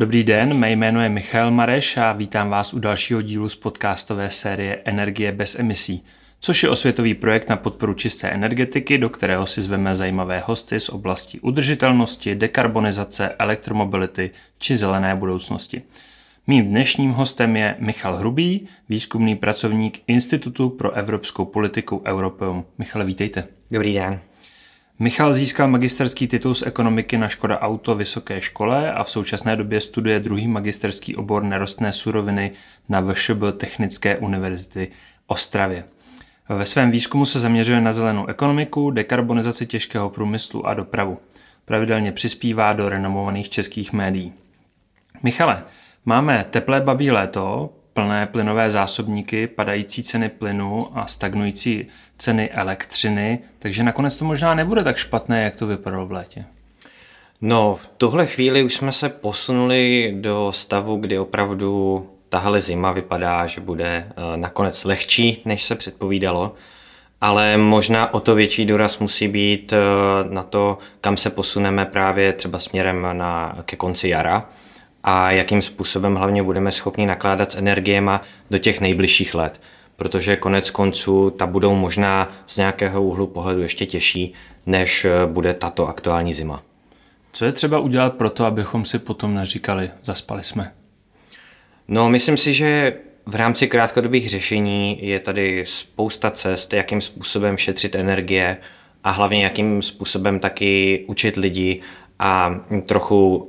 Dobrý den, mé jméno je Michal Mareš a vítám vás u dalšího dílu z podcastové série Energie bez emisí, což je osvětový projekt na podporu čisté energetiky, do kterého si zveme zajímavé hosty z oblasti udržitelnosti, dekarbonizace, elektromobility či zelené budoucnosti. Mým dnešním hostem je Michal Hrubý, výzkumný pracovník Institutu pro evropskou politiku Europeum. Michale, vítejte. Dobrý den. Michal získal magisterský titul z ekonomiky na Škoda Auto vysoké škole a v současné době studuje druhý magisterský obor nerostné suroviny na VŠB Technické univerzity Ostravě. Ve svém výzkumu se zaměřuje na zelenou ekonomiku, dekarbonizaci těžkého průmyslu a dopravu. Pravidelně přispívá do renomovaných českých médií. Michale, máme teplé babí léto, plné plynové zásobníky, padající ceny plynu a stagnující ceny elektřiny, takže nakonec to možná nebude tak špatné, jak to vypadalo v létě. No, v tuhle chvíli už jsme se posunuli do stavu, kdy opravdu tahle zima vypadá, že bude nakonec lehčí, než se předpovídalo, ale možná o to větší důraz musí být na to, kam se posuneme právě třeba směrem ke konci jara a jakým způsobem hlavně budeme schopni nakládat s energiema do těch nejbližších let, protože konec konců ta budou možná z nějakého úhlu pohledu ještě těžší, než bude tato aktuální zima. Co je třeba udělat pro to, abychom si potom neříkali, zaspali jsme? No, myslím si, že v rámci krátkodobých řešení je tady spousta cest, jakým způsobem šetřit energie a hlavně jakým způsobem taky učit lidi a trochu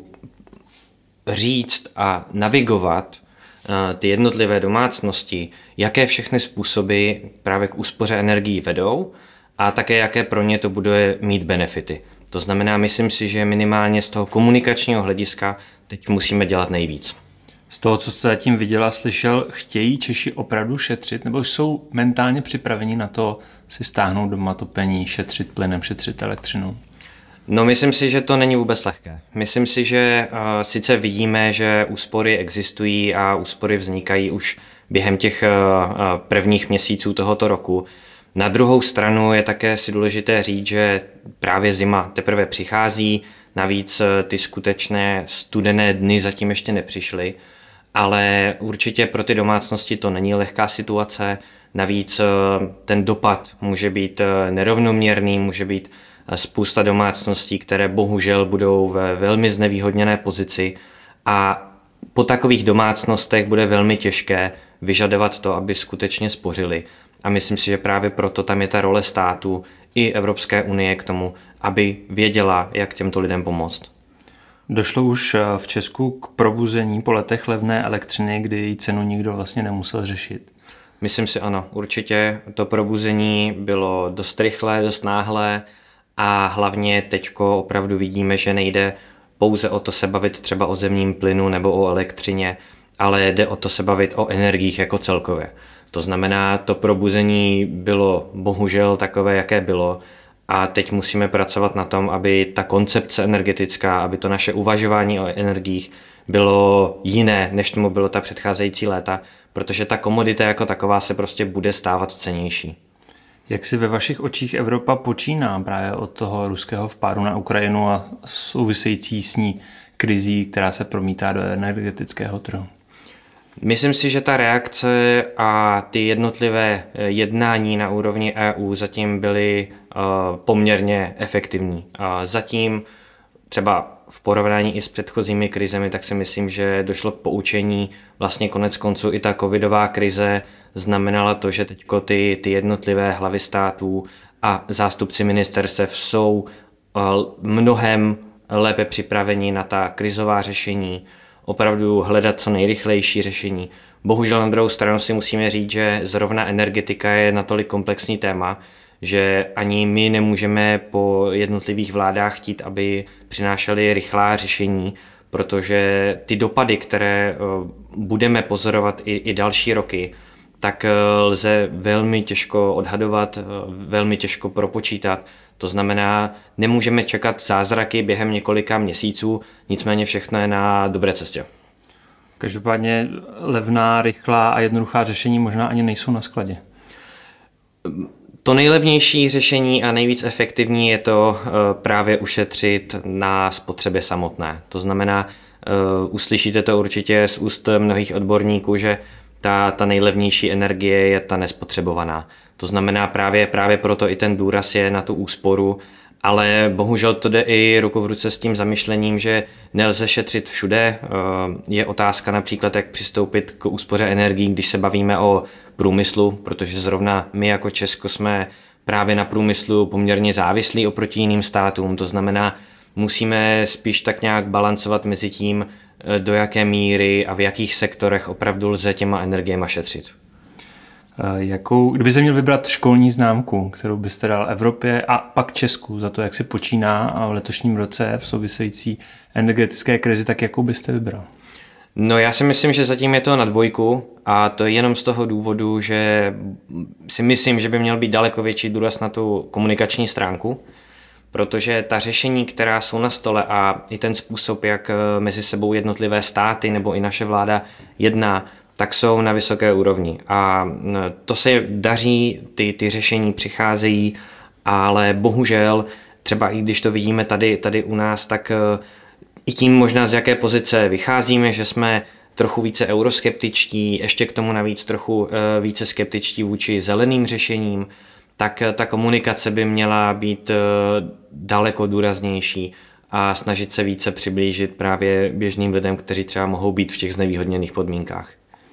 říct a navigovat ty jednotlivé domácnosti, jaké všechny způsoby právě k úspoře energií vedou a také jaké pro ně to bude mít benefity. To znamená, myslím si, že minimálně z toho komunikačního hlediska teď musíme dělat nejvíc. Z toho, co jste zatím viděla, slyšel, chtějí Češi opravdu šetřit nebo jsou mentálně připraveni na to si stáhnout doma topení, šetřit plynem, šetřit elektřinou? No, myslím si, že to není vůbec lehké. Myslím si, že sice vidíme, že úspory existují a úspory vznikají už během těch prvních měsíců tohoto roku. Na druhou stranu je také si důležité říct, že právě zima teprve přichází, navíc ty skutečné studené dny zatím ještě nepřišly, ale určitě pro ty domácnosti to není lehká situace, navíc ten dopad může být nerovnoměrný, může být spousta domácností, které bohužel budou ve velmi znevýhodněné pozici a po takových domácnostech bude velmi těžké vyžadovat to, aby skutečně spořili. A myslím si, že právě proto tam je ta role státu i Evropské unie k tomu, aby věděla, jak těmto lidem pomoct. Došlo už v Česku k probuzení po letech levné elektřiny, kdy její cenu nikdo vlastně nemusel řešit? Myslím si ano, určitě to probuzení bylo dost rychlé, dost náhlé a hlavně teďko opravdu vidíme, že nejde pouze o to se bavit třeba o zemním plynu nebo o elektřině, ale jde o to se bavit o energiích jako celkově. To znamená, to probuzení bylo bohužel takové, jaké bylo a teď musíme pracovat na tom, aby ta koncepce energetická, aby to naše uvažování o energiích bylo jiné, než tomu bylo ta předcházející léta, protože ta komodita jako taková se prostě bude stávat cennější. Jak si ve vašich očích Evropa počíná právě od toho ruského vpádu na Ukrajinu a související s ní krizí, která se promítá do energetického trhu? Myslím si, že ta reakce a ty jednotlivé jednání na úrovni EU zatím byly poměrně efektivní. Zatím třeba v porovnání i s předchozími krizemi, tak si myslím, že došlo k poučení. Vlastně konec konců i ta covidová krize znamenala to, že teďko ty jednotlivé hlavy států a zástupci ministerstev jsou mnohem lépe připraveni na ta krizová řešení, opravdu hledat co nejrychlejší řešení. Bohužel na druhou stranu si musíme říct, že zrovna energetika je natolik komplexní téma, že ani my nemůžeme po jednotlivých vládách chtít, aby přinášely rychlá řešení, protože ty dopady, které budeme pozorovat i další roky, tak lze velmi těžko odhadovat, velmi těžko propočítat. To znamená, nemůžeme čekat zázraky během několika měsíců, nicméně všechno je na dobré cestě. Každopádně levná, rychlá a jednoduchá řešení možná ani nejsou na skladě. To nejlevnější řešení a nejvíc efektivní je to právě ušetřit na spotřebě samotné. To znamená, Uslyšíte to určitě z úst mnohých odborníků, že ta nejlevnější energie je ta nespotřebovaná. To znamená právě proto i ten důraz je na tu úsporu, ale bohužel to jde i ruku v ruce s tím zamyšlením, že nelze šetřit všude. Je otázka například, jak přistoupit k úspoře energií, když se bavíme o průmyslu, protože zrovna my jako Česko jsme právě na průmyslu poměrně závislí oproti jiným státům. To znamená, musíme spíš tak nějak balancovat mezi tím, do jaké míry a v jakých sektorech opravdu lze těma energiema šetřit. Kdyby se měl vybrat školní známku, kterou byste dal Evropě a pak Česku za to, jak se počíná v letošním roce v související energetické krizi, tak jakou byste vybral? No já si myslím, že zatím je to na 2 a to je jenom z toho důvodu, že si myslím, že by měl být daleko větší důraz na tu komunikační stránku, protože ta řešení, která jsou na stole a i ten způsob, jak mezi sebou jednotlivé státy nebo i naše vláda jedná, tak jsou na vysoké úrovni. A to se daří, ty řešení přicházejí, ale bohužel, třeba i když to vidíme tady u nás, tak i tím možná z jaké pozice vycházíme, že jsme trochu více euroskeptičtí, ještě k tomu navíc trochu více skeptičtí vůči zeleným řešením, tak ta komunikace by měla být daleko důraznější a snažit se více přiblížit právě běžným lidem, kteří třeba mohou být v těch znevýhodněných podmínkách.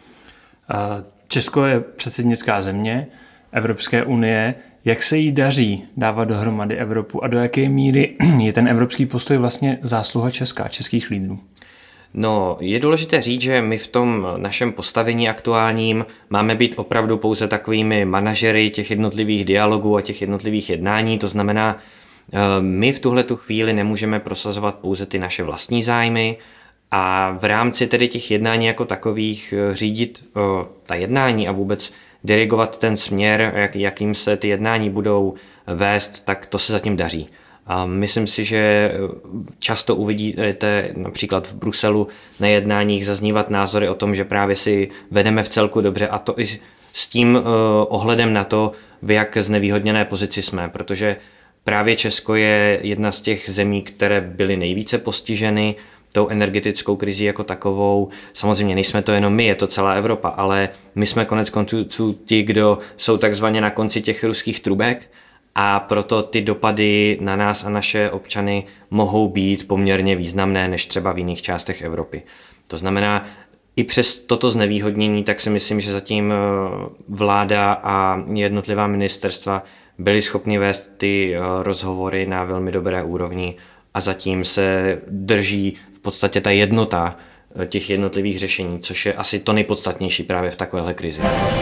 Česko je předsednická země Evropské unie. Jak se jí daří dávat dohromady Evropu a do jaké míry je ten evropský postoj vlastně zásluha Česka, českých lídrů? No, je důležité říct, že my v tom našem postavení aktuálním máme být opravdu pouze takovými manažery těch jednotlivých dialogů a těch jednotlivých jednání. To znamená, my v tuhletu chvíli nemůžeme prosazovat pouze ty naše vlastní zájmy a v rámci tedy těch jednání jako takových řídit ta jednání a vůbec dirigovat ten směr, jakým se ty jednání budou vést, tak to se zatím daří. A myslím si, že často uvidíte například v Bruselu na jednáních zaznívat názory o tom, že právě si vedeme v celku dobře a to i s tím ohledem na to, v jak znevýhodněné pozici jsme, protože právě Česko je jedna z těch zemí, které byly nejvíce postiženy tou energetickou krizí jako takovou. Samozřejmě nejsme to jenom my, je to celá Evropa, ale my jsme konec konců ti, kdo jsou takzvaně na konci těch ruských trubek a proto ty dopady na nás a naše občany mohou být poměrně významné než třeba v jiných částech Evropy. To znamená, i přes toto znevýhodnění, tak si myslím, že zatím vláda a jednotlivá ministerstva byly schopni vést ty rozhovory na velmi dobré úrovni a zatím se drží v podstatě ta jednota těch jednotlivých řešení, což je asi to nejpodstatnější právě v takovéhle krizi.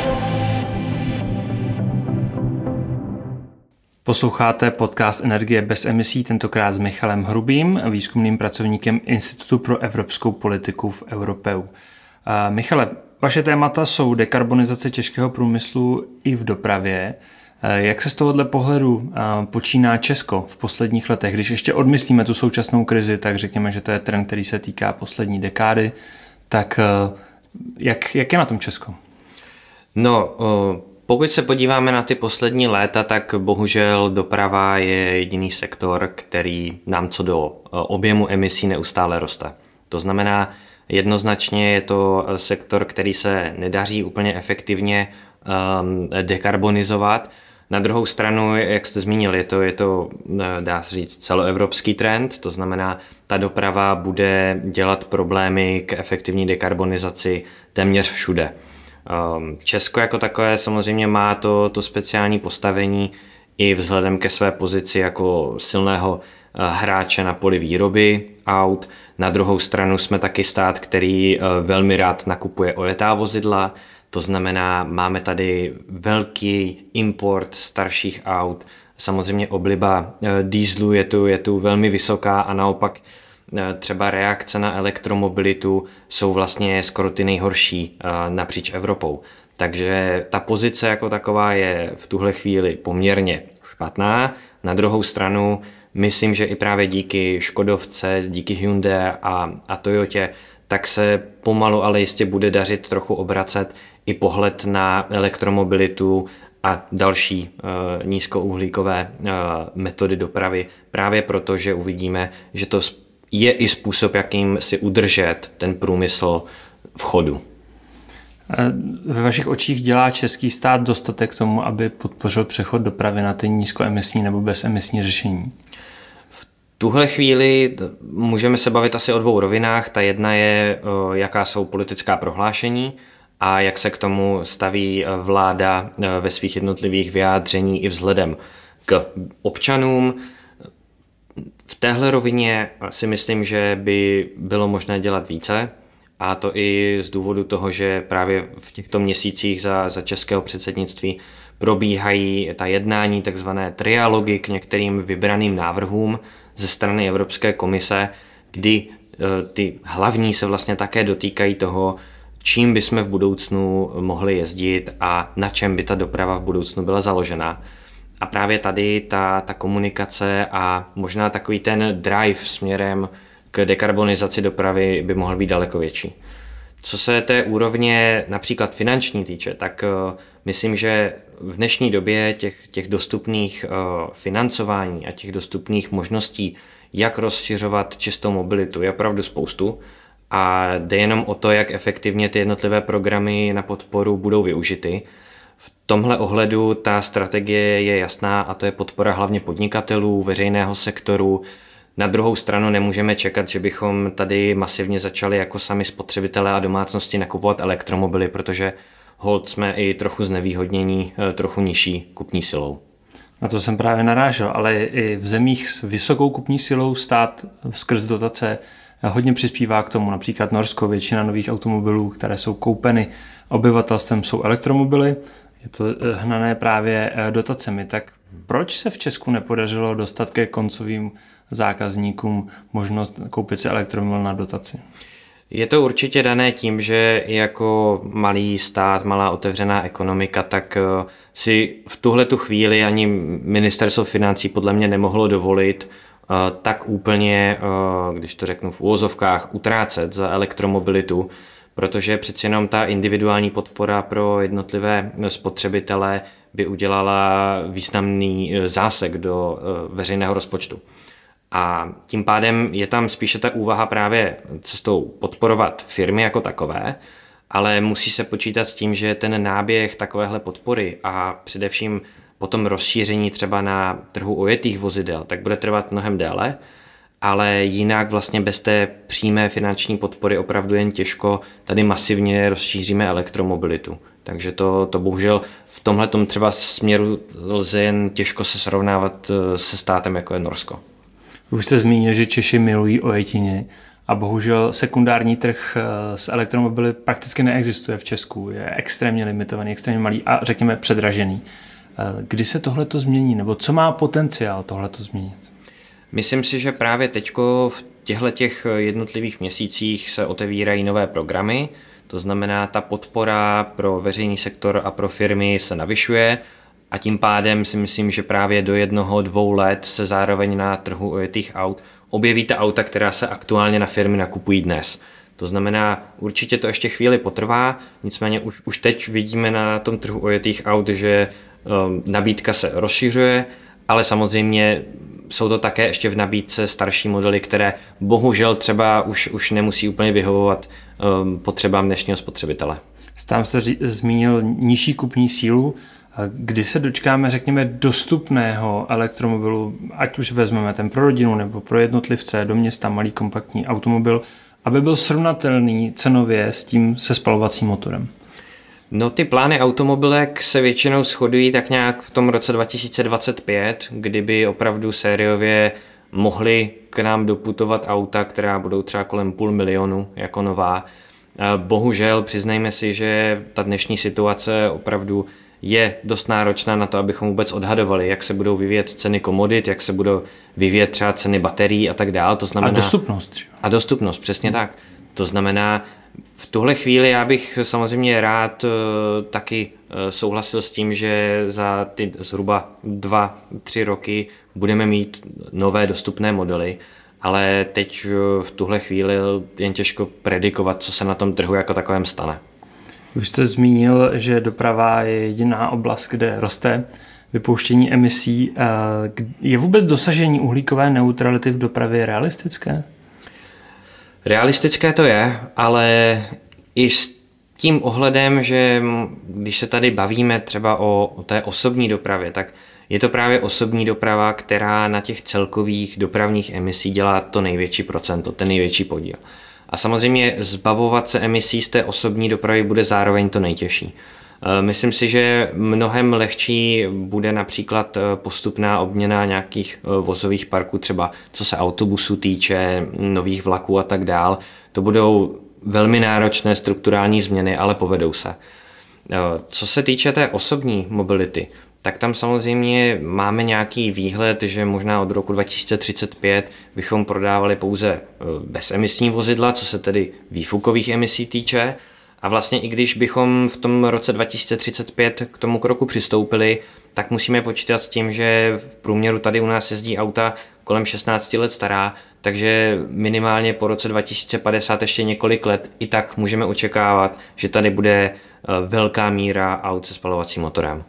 Posloucháte podcast Energie bez emisí, tentokrát s Michalem Hrubým, výzkumným pracovníkem Institutu pro evropskou politiku v Europeu. Michale, vaše témata jsou dekarbonizace těžkého průmyslu i v dopravě. Jak se z tohohle pohledu počíná Česko v posledních letech? Když ještě odmyslíme tu současnou krizi, tak řekněme, že to je trend, který se týká poslední dekády. Tak jak je na tom Česko? No, pokud se podíváme na ty poslední léta, tak bohužel doprava je jediný sektor, který nám co do objemu emisí neustále roste. To znamená, jednoznačně je to sektor, který se nedaří úplně efektivně dekarbonizovat. Na druhou stranu, jak jste zmínil, je to dá se říct, celoevropský trend, to znamená, ta doprava bude dělat problémy k efektivní dekarbonizaci téměř všude. Česko jako takové samozřejmě má to speciální postavení i vzhledem ke své pozici jako silného hráče na poli výroby aut. Na druhou stranu jsme taky stát, který velmi rád nakupuje ojetá vozidla, to znamená, máme tady velký import starších aut. Samozřejmě obliba dieselu je tu velmi vysoká a naopak třeba reakce na elektromobilitu jsou vlastně skoro ty nejhorší napříč Evropou. Takže ta pozice jako taková je v tuhle chvíli poměrně špatná. Na druhou stranu myslím, že i právě díky Škodovce, díky Hyundai a Toyotě, tak se pomalu, ale jistě bude dařit trochu obracet i pohled na elektromobilitu a další nízkouhlíkové metody dopravy. Právě proto, že uvidíme, že to je i způsob, jakým si udržet ten průmysl v chodu. Ve vašich očích dělá český stát dostatek k tomu, aby podpořil přechod dopravy na ty nízkoemisní nebo bezemisní řešení? V tuhle chvíli můžeme se bavit asi o dvou rovinách. Ta jedna je, jaká jsou politická prohlášení a jak se k tomu staví vláda ve svých jednotlivých vyjádření i vzhledem k občanům. V téhle rovině si myslím, že by bylo možné dělat více, a to i z důvodu toho, že právě v těchto měsících za českého předsednictví probíhají ta jednání, takzvané trialogy k některým vybraným návrhům ze strany Evropské komise, kdy ty hlavní se vlastně také dotýkají toho, čím bychom v budoucnu mohli jezdit a na čem by ta doprava v budoucnu byla založena. A právě tady ta komunikace a možná takový ten drive směrem k dekarbonizaci dopravy by mohl být daleko větší. Co se té úrovně například finanční týče, tak myslím, že v dnešní době těch dostupných financování a těch dostupných možností, jak rozšiřovat čistou mobilitu, je opravdu spoustu. A jde jenom o to, jak efektivně ty jednotlivé programy na podporu budou využity. V tomhle ohledu ta strategie je jasná a to je podpora hlavně podnikatelů, veřejného sektoru. Na druhou stranu nemůžeme čekat, že bychom tady masivně začali jako sami spotřebitelé a domácnosti nakupovat elektromobily, protože holt jsme i trochu znevýhodnění trochu nižší kupní silou. Na to jsem právě narážel, ale i v zemích s vysokou kupní silou stát skrz dotace hodně přispívá k tomu. Například Norsko, většina nových automobilů, které jsou koupeny obyvatelstvem, jsou elektromobily. Je to hnané právě dotacemi. Tak proč se v Česku nepodařilo dostat ke koncovým zákazníkům možnost koupit si elektromobil na dotaci? Je to určitě dané tím, že jako malý stát, malá otevřená ekonomika, tak si v tuhletu chvíli ani ministerstvo financí podle mě nemohlo dovolit tak úplně, když to řeknu v uvozovkách, utrácet za elektromobilitu, protože přeci jenom ta individuální podpora pro jednotlivé spotřebitele by udělala významný zásek do veřejného rozpočtu. A tím pádem je tam spíše ta úvaha právě cestou podporovat firmy jako takové, ale musí se počítat s tím, že ten náběh takovéhle podpory a především potom rozšíření třeba na trhu ojetých vozidel, tak bude trvat mnohem déle, ale jinak vlastně bez té přímé finanční podpory opravdu jen těžko tady masivně rozšíříme elektromobilitu. Takže to bohužel v tomhletom třeba směru lze jen těžko se srovnávat se státem, jako je Norsko. Už jste zmínil, že Češi milují ojetiny a bohužel sekundární trh s elektromobily prakticky neexistuje v Česku. Je extrémně limitovaný, extrémně malý a řekněme předražený. Kdy se tohleto změní, nebo co má potenciál tohleto změnit? Myslím si, že právě teďko v těchto jednotlivých měsících se otevírají nové programy, to znamená, ta podpora pro veřejný sektor a pro firmy se navyšuje a tím pádem si myslím, že právě do 1-2 let se zároveň na trhu ojetých aut objeví ta auta, která se aktuálně na firmy nakupují dnes. To znamená, určitě to ještě chvíli potrvá, nicméně už teď vidíme na tom trhu ojetých aut, že nabídka se rozšiřuje, ale samozřejmě jsou to také ještě v nabídce starší modely, které bohužel třeba už nemusí úplně vyhovovat potřebám dnešního spotřebitele. Tam jste zmínil nižší kupní sílu. Kdy se dočkáme, řekněme, dostupného elektromobilu, ať už vezmeme ten pro rodinu nebo pro jednotlivce do města, malý kompaktní automobil, aby byl srovnatelný cenově s tím se spalovacím motorem? No, ty plány automobilek se většinou shodují tak nějak v tom roce 2025, kdyby opravdu sériově mohly k nám doputovat auta, která budou třeba kolem 500 000 jako nová. Bohužel přiznejme si, že ta dnešní situace opravdu je dost náročná na to, abychom vůbec odhadovali, jak se budou vyvíjet ceny komodit, jak se budou vyvíjet třeba ceny baterií a tak dál. To znamená, a dostupnost, přesně tak. To znamená, v tuhle chvíli já bych samozřejmě rád taky souhlasil s tím, že za ty zhruba 2-3 roky budeme mít nové dostupné modely, ale teď v tuhle chvíli jen těžko predikovat, co se na tom trhu jako takovém stane. Už jste zmínil, že doprava je jediná oblast, kde roste vypouštění emisí. Je vůbec dosažení uhlíkové neutrality v dopravě realistické? Realistické to je, ale i s tím ohledem, že když se tady bavíme třeba o té osobní dopravě, tak je to právě osobní doprava, která na těch celkových dopravních emisí dělá to největší procento, ten největší podíl. A samozřejmě zbavovat se emisí z té osobní dopravy bude zároveň to nejtěžší. Myslím si, že mnohem lehčí bude například postupná obměna nějakých vozových parků, třeba co se autobusů týče, nových vlaků a tak dál. To budou velmi náročné strukturální změny, ale povedou se. Co se týče té osobní mobility, tak tam samozřejmě máme nějaký výhled, že možná od roku 2035 bychom prodávali pouze bezemisní vozidla, co se tedy výfukových emisí týče. A vlastně i když bychom v tom roce 2035 k tomu kroku přistoupili, tak musíme počítat s tím, že v průměru tady u nás jezdí auta kolem 16 let stará, takže minimálně po roce 2050 ještě několik let i tak můžeme očekávat, že tady bude velká míra aut se spalovacím motorem.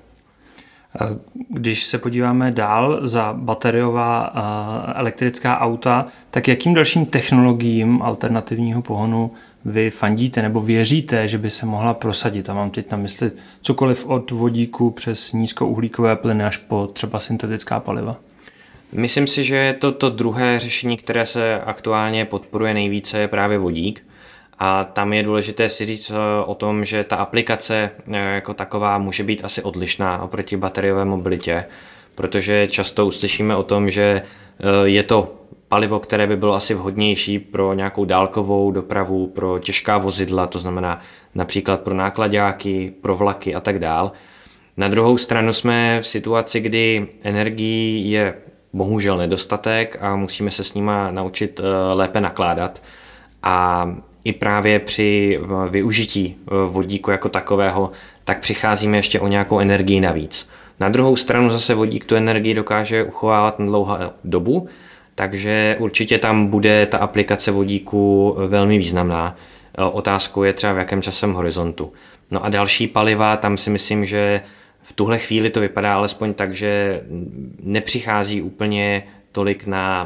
Když se podíváme dál za bateriová elektrická auta, tak jakým dalším technologiím alternativního pohonu vy fandíte nebo věříte, že by se mohla prosadit? A mám teď na mysli cokoliv od vodíku přes nízkouhlíkové plyny až po třeba syntetická paliva. Myslím si, že to druhé řešení, které se aktuálně podporuje nejvíce, je právě vodík. A tam je důležité si říct o tom, že ta aplikace jako taková může být asi odlišná oproti bateriové mobilitě, protože často uslyšíme o tom, že je to palivo, které by bylo asi vhodnější pro nějakou dálkovou dopravu, pro těžká vozidla, to znamená například pro náklaďáky, pro vlaky a tak dál. Na druhou stranu jsme v situaci, kdy energií je bohužel nedostatek a musíme se s nima naučit lépe nakládat. A i právě při využití vodíku jako takového, tak přicházíme ještě o nějakou energii navíc. Na druhou stranu zase vodík tu energii dokáže uchovávat na dlouhou dobu, takže určitě tam bude ta aplikace vodíku velmi významná. Otázkou je třeba v jakém časovém horizontu. No a další paliva, tam si myslím, že v tuhle chvíli to vypadá alespoň tak, že nepřichází úplně tolik na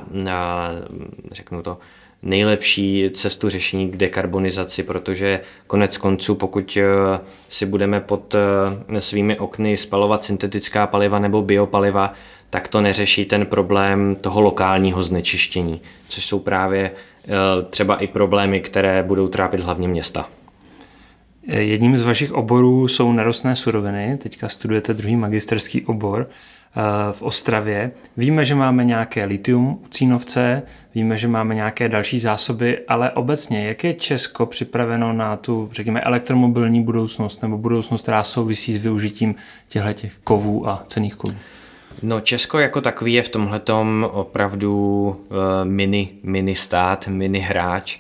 řeknu to, nejlepší cestu řešení k dekarbonizaci, protože konec konců, pokud si budeme pod svými okny spalovat syntetická paliva nebo biopaliva, tak to neřeší ten problém toho lokálního znečištění, což jsou právě třeba i problémy, které budou trápit hlavně města. Jedním z vašich oborů jsou nerostné suroviny. Teďka studujete druhý magisterský obor v Ostravě. Víme, že máme nějaké litium u Cínovce, víme, že máme nějaké další zásoby, ale obecně, jak je Česko připraveno na tu, řekněme, elektromobilní budoucnost nebo budoucnost, která souvisí s využitím těchto kovů a cenných kovů? No, Česko jako takový je v tomhletom opravdu mini stát, mini hráč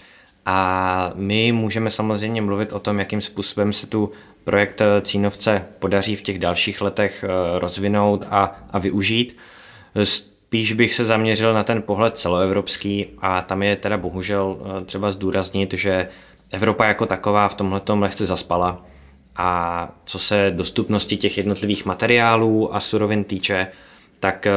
a my můžeme samozřejmě mluvit o tom, jakým způsobem se tu projekt Cínovce podaří v těch dalších letech rozvinout a využít. Spíš bych se zaměřil na ten pohled celoevropský a tam je teda bohužel třeba zdůraznit, že Evropa jako taková v tomhletom lehce zaspala a co se dostupnosti těch jednotlivých materiálů a surovin týče, tak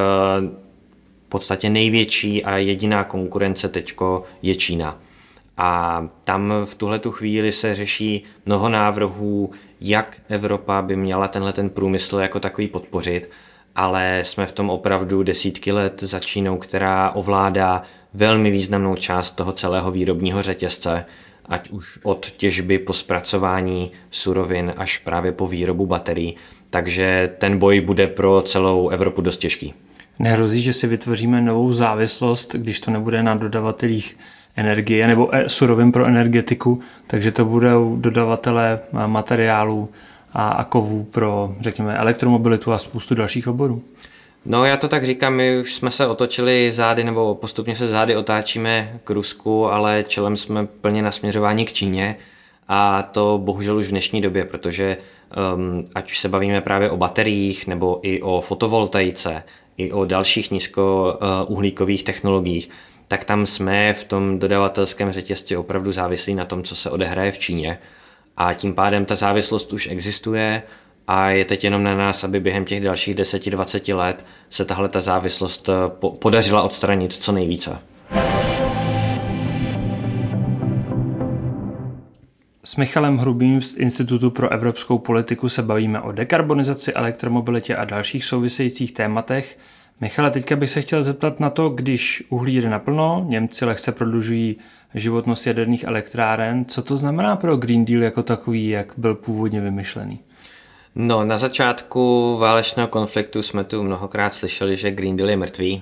v podstatě největší a jediná konkurence teďko je Čína. A tam v tuhletu chvíli se řeší mnoho návrhů, jak Evropa by měla ten průmysl jako takový podpořit, ale jsme v tom opravdu desítky let za Čínou, která ovládá velmi významnou část toho celého výrobního řetězce, ať už od těžby po zpracování surovin až právě po výrobu baterií. Takže ten boj bude pro celou Evropu dost těžký. Nehrozí, že si vytvoříme novou závislost, když to nebude na dodavatelích energie nebo surovin pro energetiku, takže to budou dodavatelé materiálů a kovů pro, řekněme, elektromobilitu a spoustu dalších oborů? No, já to tak říkám, my už jsme se otočili zády, nebo postupně se zády otáčíme k Rusku, ale čelem jsme plně nasměřováni k Číně a to bohužel už v dnešní době, protože ať už se bavíme právě o bateriích nebo i o fotovoltaice, i o dalších nízkouhlíkových technologiích, tak tam jsme v tom dodavatelském řetězci opravdu závislí na tom, co se odehraje v Číně. A tím pádem ta závislost už existuje a je teď jenom na nás, aby během těch dalších 10-20 let se tahle ta závislost podařila odstranit co nejvíce. S Michalem Hrubým z Institutu pro evropskou politiku se bavíme o dekarbonizaci, elektromobilitě a dalších souvisejících tématech. Michale, teďka bych se chtěl zeptat na to, když uhlí jde naplno, Němci lehce prodlužují životnost jaderných elektráren, co to znamená pro Green Deal jako takový, jak byl původně vymyšlený? No, na začátku válečného konfliktu jsme tu mnohokrát slyšeli, že Green Deal je mrtvý.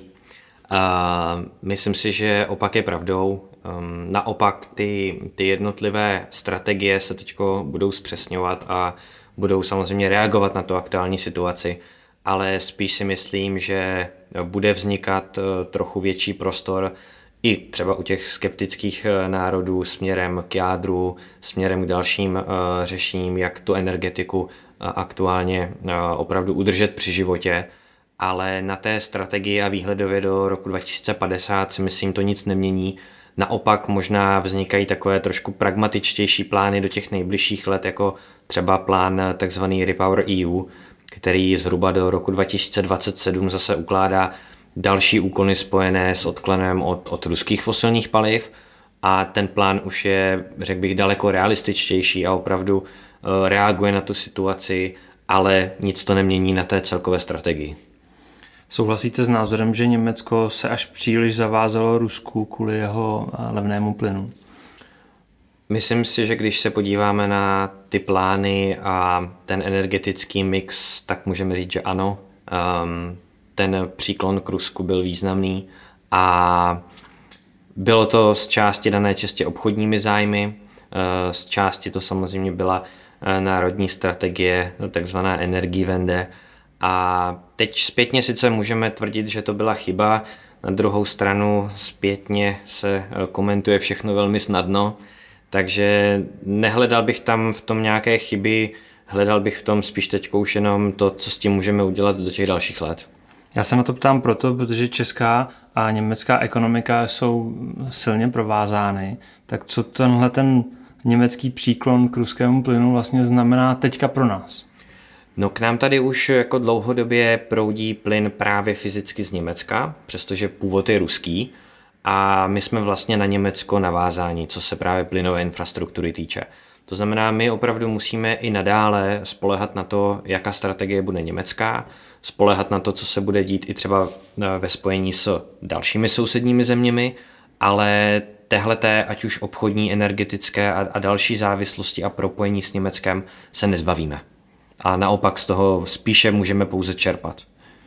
A myslím si, že opak je pravdou. Naopak ty jednotlivé strategie se teď budou zpřesňovat a budou samozřejmě reagovat na tu aktuální situaci, ale spíš si myslím, že bude vznikat trochu větší prostor i třeba u těch skeptických národů směrem k jádru, směrem k dalším řešením, jak tu energetiku aktuálně opravdu udržet při životě. Ale na té strategii a výhledově do roku 2050 si myslím, to nic nemění. Naopak možná vznikají takové trošku pragmatičtější plány do těch nejbližších let, jako třeba plán takzvaný Repower EU, který zhruba do roku 2027 zase ukládá další úkony spojené s odklonem od ruských fosilních paliv a ten plán už je, řekl bych, daleko realističtější a opravdu reaguje na tu situaci, ale nic to nemění na té celkové strategii. Souhlasíte s názorem, že Německo se až příliš zavázalo Rusku kvůli jeho levnému plynu? Myslím si, že když se podíváme na ty plány a ten energetický mix, tak můžeme říct, že ano. Ten příklon k Rusku byl významný a bylo to z části dané čistě obchodními zájmy, z části to samozřejmě byla národní strategie, takzvaná Energiewende. A teď zpětně sice můžeme tvrdit, že to byla chyba, na druhou stranu zpětně se komentuje všechno velmi snadno, takže nehledal bych tam v tom nějaké chyby, hledal bych v tom spíš teď už jenom to, co s tím můžeme udělat do těch dalších let. Já se na to ptám proto, protože česká a německá ekonomika jsou silně provázány, tak co tenhle ten německý příklon k ruskému plynu vlastně znamená teďka pro nás? No k nám tady už jako dlouhodobě proudí plyn právě fyzicky z Německa, přestože původ je ruský a my jsme vlastně na Německo navázáni, co se právě plynové infrastruktury týče. To znamená, my opravdu musíme i nadále spoléhat na to, jaká strategie bude německá, spoléhat na to, co se bude dít i třeba ve spojení s dalšími sousedními zeměmi, ale téhleté, ať už obchodní, energetické a další závislosti a propojení s Německem se nezbavíme. A naopak z toho spíše můžeme pouze čerpat.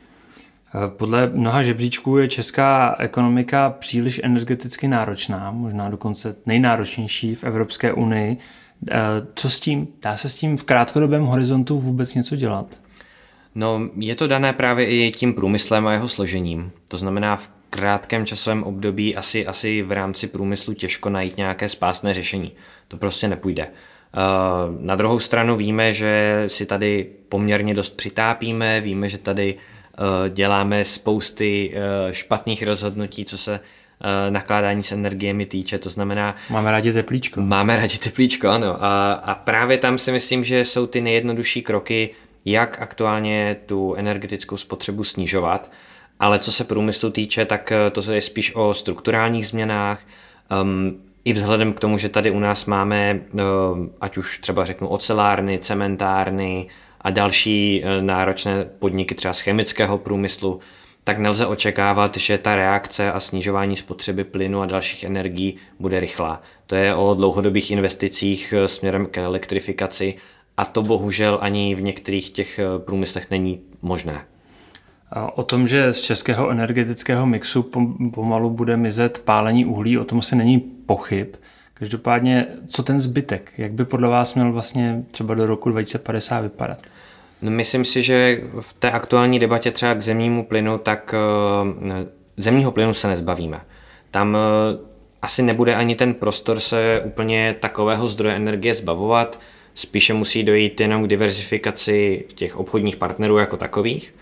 Podle mnoha žebříčků je česká ekonomika příliš energeticky náročná, možná dokonce nejnáročnější v Evropské unii. Co s tím? Dá se s tím v krátkodobém horizontu vůbec něco dělat? No, je to dané právě i tím průmyslem a jeho složením. To znamená, v krátkém časovém období asi v rámci průmyslu těžko najít nějaké spásné řešení. To prostě nepůjde. Na druhou stranu víme, že si tady poměrně dost přitápíme, víme, že tady děláme spousty špatných rozhodnutí, co se nakládání s energiemi týče, to znamená... Máme rádi teplíčko. Máme rádi teplíčko, ano. A právě tam si myslím, že jsou ty nejjednodušší kroky, jak aktuálně tu energetickou spotřebu snižovat, ale co se průmyslu týče, tak to je spíš o strukturálních změnách, i vzhledem k tomu, že tady u nás máme, ať už třeba řeknu ocelárny, cementárny a další náročné podniky třeba z chemického průmyslu, tak nelze očekávat, že ta reakce a snižování spotřeby plynu a dalších energií bude rychlá. To je o dlouhodobých investicích směrem k elektrifikaci a to bohužel ani v některých těch průmyslech není možné. O tom, že z českého energetického mixu pomalu bude mizet pálení uhlí, o tom se není pochyb. Každopádně, co ten zbytek? Jak by podle vás měl vlastně třeba do roku 2050 vypadat? No, myslím si, že v té aktuální debatě třeba k zemnímu plynu, tak zemního plynu se nezbavíme. Tam asi nebude ani ten prostor se úplně takového zdroje energie zbavovat, spíše musí dojít jenom k diverzifikaci těch obchodních partnerů jako takových.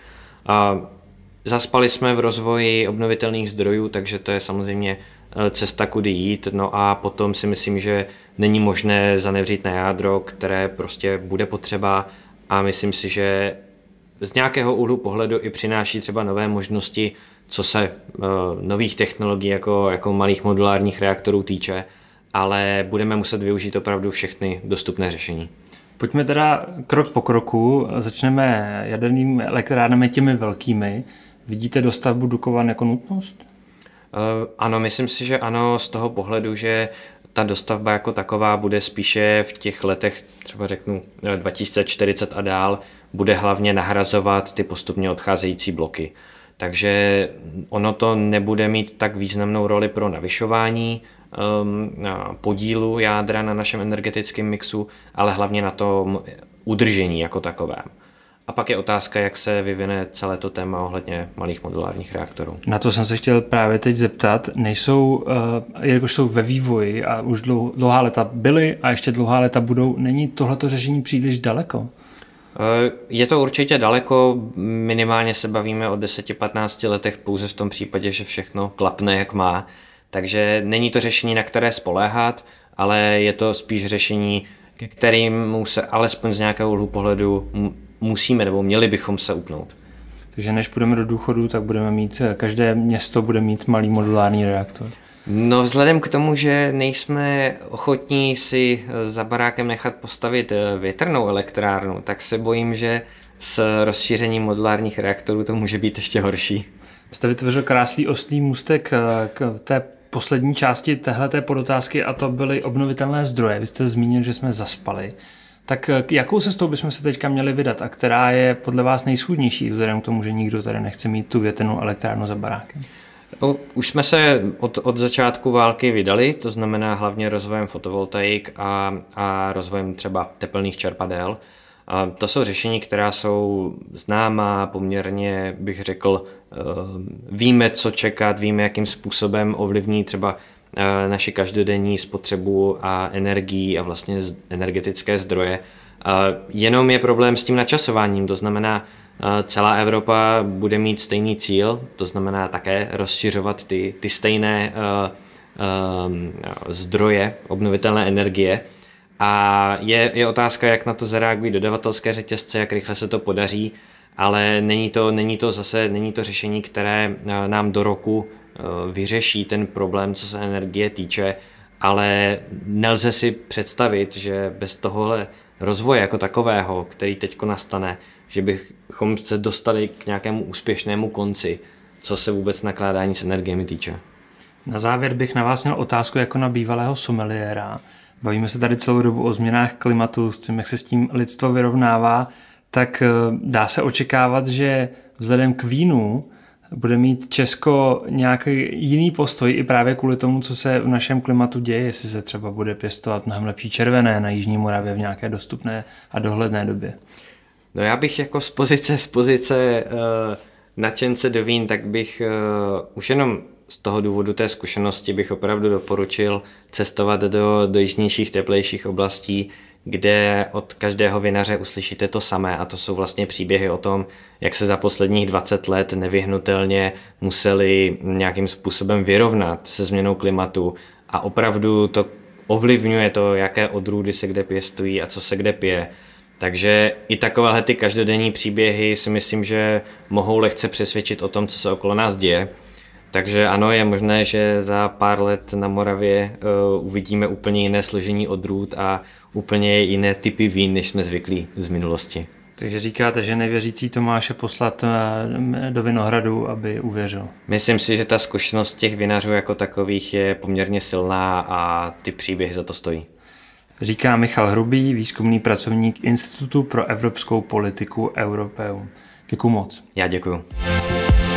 Zaspali jsme v rozvoji obnovitelných zdrojů, takže to je samozřejmě cesta, kudy jít. No a potom si myslím, že není možné zanevřít na jádro, které prostě bude potřeba a myslím si, že z nějakého úhlu pohledu i přináší třeba nové možnosti, co se nových technologií jako malých modulárních reaktorů týče, ale budeme muset využít opravdu všechny dostupné řešení. Pojďme teda krok po kroku, začneme jadernými elektrárnami těmi velkými. Vidíte dostavbu Dukovan jako nutnost? Ano, myslím si, že ano, z toho pohledu, že ta dostavba jako taková bude spíše v těch letech, třeba řeknu 2040 a dál, bude hlavně nahrazovat ty postupně odcházející bloky. Takže ono to nebude mít tak významnou roli pro navyšování podílu jádra na našem energetickém mixu, ale hlavně na tom udržení jako takovém. A pak je otázka, jak se vyvine celé to téma ohledně malých modulárních reaktorů. Na to jsem se chtěl právě teď zeptat. Nejsou, jelikož jsou ve vývoji a už dlouhá léta byly a ještě dlouhá léta budou, není tohleto řešení příliš daleko? Je to určitě daleko, minimálně se bavíme o 10-15 letech pouze v tom případě, že všechno klapne jak má. Takže není to řešení, na které spoléhat, ale je to spíš řešení, ke kterému se alespoň z nějakého úhlu pohledu musíme nebo měli bychom se upnout. Takže než půjdeme do důchodu, tak budeme mít, každé město bude mít malý modulární reaktor. No vzhledem k tomu, že nejsme ochotní si za barákem nechat postavit větrnou elektrárnu, tak se bojím, že s rozšířením modulárních reaktorů to může být ještě horší. Jste vytvořil krásný oslý můstek k té poslední části téhleté podotázky a to byly obnovitelné zdroje. Vy jste zmínil, že jsme zaspali. Tak jakou cestou bychom se teďka měli vydat a která je podle vás nejschůdnější vzhledem k tomu, že nikdo tady nechce mít tu větrnou elektrárnu za barákem? Už jsme se od začátku války vydali, to znamená hlavně rozvojem fotovoltaik a rozvojem třeba tepelných čerpadel. A to jsou řešení, která jsou známá, poměrně bych řekl, víme, co čekat, víme, jakým způsobem ovlivní třeba naši každodenní spotřebu a energii a vlastně energetické zdroje. Jenom je problém s tím načasováním, to znamená, celá Evropa bude mít stejný cíl, to znamená také rozšiřovat ty stejné zdroje obnovitelné energie. A je otázka, jak na to zareagují dodavatelské řetězce, jak rychle se to podaří, ale není to řešení, které nám do roku vyřeší ten problém, co se energie týče, ale nelze si představit, že bez tohohle rozvoje jako takového, který teďko nastane, že bychom se dostali k nějakému úspěšnému konci, co se vůbec nakládání s energiemi týče. Na závěr bych na vás měl otázku jako na bývalého someliéra. Bavíme se tady celou dobu o změnách klimatu, s tím, jak se s tím lidstvo vyrovnává, tak dá se očekávat, že vzhledem k vínu bude mít Česko nějaký jiný postoj i právě kvůli tomu, co se v našem klimatu děje, jestli se třeba bude pěstovat mnohem lepší červené na Jižní Moravě v nějaké dostupné a dohledné době. No já bych jako z pozice nadšence do vín, tak bych už jenom z toho důvodu té zkušenosti bych opravdu doporučil cestovat do jižnějších, teplejších oblastí, kde od každého vinaře uslyšíte to samé a to jsou vlastně příběhy o tom, jak se za posledních 20 let nevyhnutelně museli nějakým způsobem vyrovnat se změnou klimatu a opravdu to ovlivňuje to, jaké odrůdy se kde pěstují a co se kde pije. Takže i takovéhle ty každodenní příběhy si myslím, že mohou lehce přesvědčit o tom, co se okolo nás děje. Takže ano, je možné, že za pár let na Moravě uvidíme úplně jiné složení odrůd a úplně jiné typy vín, než jsme zvyklí z minulosti. Takže říkáte, že nevěřící Tomáše poslat do Vinohradu, aby uvěřil? Myslím si, že ta zkušenost těch vinařů jako takových je poměrně silná a ty příběhy za to stojí. Říká Michal Hrubý, výzkumný pracovník Institutu pro evropskou politiku Europeum. Děkuju moc. Já děkuju.